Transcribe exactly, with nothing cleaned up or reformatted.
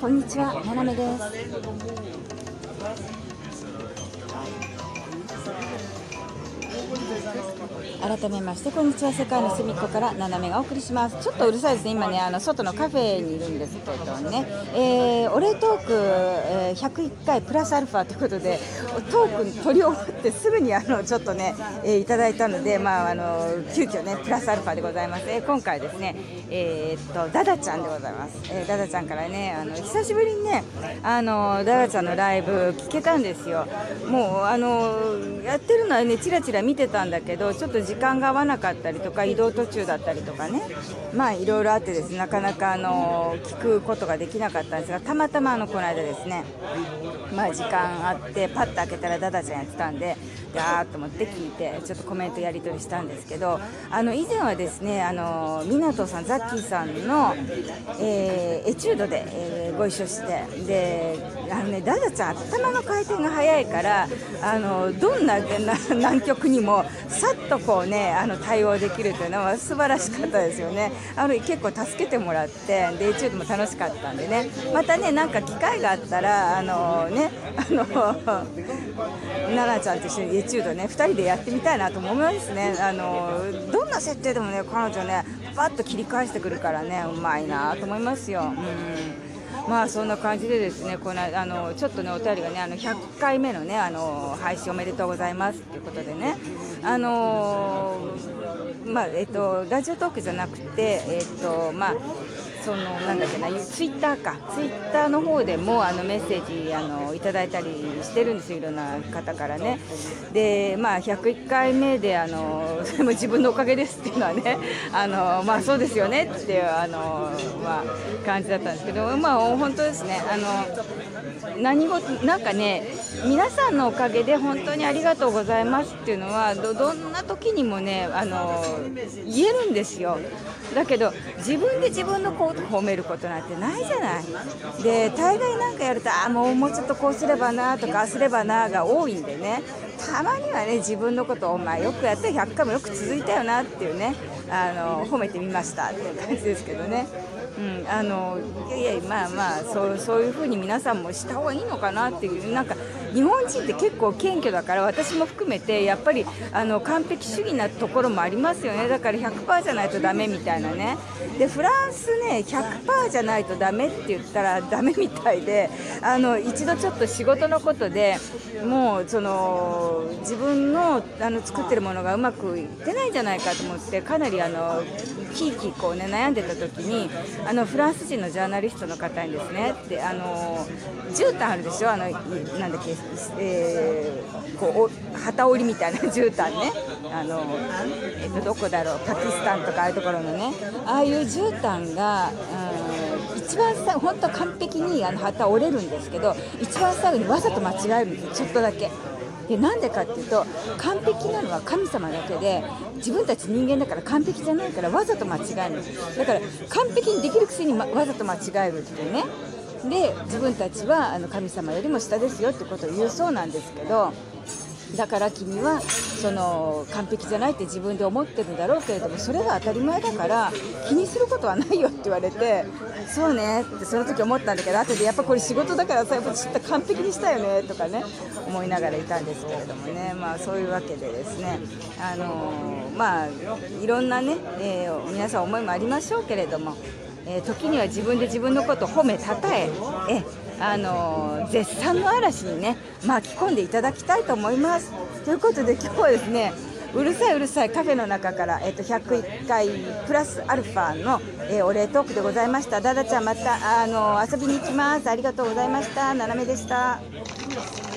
こんにちは、ななめです。改めましてこんにちは、世界の隅っこからななめがお送りします。ちょっとうるさいですね。今ね、あの外のカフェにいるんですけどね、えー、お礼トーク、えー、ひゃくいっかいプラスアルファということで、トーク取り終わってすぐにあのちょっとね、えー、いただいたので、まああの急遽ねプラスアルファでございます。えー、今回ですね、えー、っとダダちゃんでございます。えー、ダダちゃんからね、あの久しぶりにね、あのダダちゃんのライブ聞けたんですよ。もうあのやってるのはね、ちらちら見てたんだけど、ちょっと時間が合わなかったりとか、移動途中だったりとかね、まあいろいろあってですね、なかなかあの聞くことができなかったんですが、たまたまあのこの間ですね、まあ時間あってパッと開けたらダダちゃんやってたんで、ガーッと思って聞いて、ちょっとコメントやり取りしたんですけど、あの以前はですね、あの湊さん、ザッキーさんの、えー、エチュードで、えー、ご一緒して、であのね、ダダちゃん頭の回転が速いから、あのどんな難局にもさっとこうね、あの対応できるというのは素晴らしかったですよね。あの結構助けてもらって、でエチュードも楽しかったんでね、またね、なんか機会があったら、あのね、あの奈々ちゃんと一緒にエチュードね、ふたりでやってみたいなと思いますね。あのどんな設定でもね、彼女ねパッと切り返してくるからね、うまいなと思いますよ。うん、まあそんな感じでですね、このあのちょっとねお便りがね、あのひゃっかいめのね、あの配信おめでとうございますということでね、あのー、まあえっとラジオトークじゃなくて、えっとまあそのなんだっけな、ツイッターか、ツイッターの方でもあのメッセージあのいただいたりしてるんですよ、いろんな方からね。で、まあひゃくいっかいめで、あのそれも自分のおかげですっていうのはね、あのまあそうですよねっていうあのまあ感じだったんですけど、まあ本当ですね。あの何事なんかね、皆さんのおかげで本当にありがとうございますっていうのは ど, どんな時にもね、あの言えるんですよ。だけど自分で自分のことを褒めることなんてないじゃない。で大概なんかやると、あもうもうちょっとこうすればなとかああすればなが多いんでね、たまにはね、自分のことをお前よくやってひゃっかいもよく続いたよなっていうね、あの褒めてみましたっていう感じですけどね。うん、あのいやいや、まあまあそう、そういう風に皆さんもした方がいいのかなっていう、なんか日本人って結構謙虚だから、私も含めてやっぱりあの完璧主義なところもありますよね。だから ひゃくパーセント じゃないとダメみたいなね。でフランスね ひゃくパーセント じゃないとダメって言ったらダメみたいで、あの一度ちょっと仕事のことでもうその自分のあの作ってるものがうまくいってないんじゃないかと思って、かなりあのキーキーこうね悩んでた時に、あのフランス人のジャーナリストの方にですね、であの絨毯あるでしょ、あのなんだっけ、えー、こう旗織りみたいな絨毯ね、あの、えー、とどこだろう、パキスタンとかああいうところのね、ああいう絨毯が、うん、一番さ本当は完璧にあの旗折れるんですけど、一番最後にわざと間違えるんですよ、ちょっとだけ。でなんでかっていうと、完璧なのは神様だけで、自分たち人間だから完璧じゃないからわざと間違えるんです。だから完璧にできるくせに、ま、わざと間違えるっていうね。で自分たちはあの神様よりも下ですよってことを言うそうなんですけど、だから君はその完璧じゃないって自分で思ってるんだろうけれども、それが当たり前だから気にすることはないよって言われて、そうねってその時思ったんだけど、後でやっぱこれ仕事だからさ、やっぱちょっと完璧にしたよねとかね思いながらいたんですけれどもね。まあそういうわけでですね、あのー、まあいろんなね、えー、皆さん思いもありましょうけれども、えー、時には自分で自分のことを褒めたたええあの絶賛の嵐にね巻き込んでいただきたいと思います。ということで今日はですね、うるさいうるさいカフェの中から、えっと、ひゃくいっかいプラスアルファの、えー、お礼トークでございました。ダダちゃんまたあの遊びに行きます。ありがとうございました。ななめでした。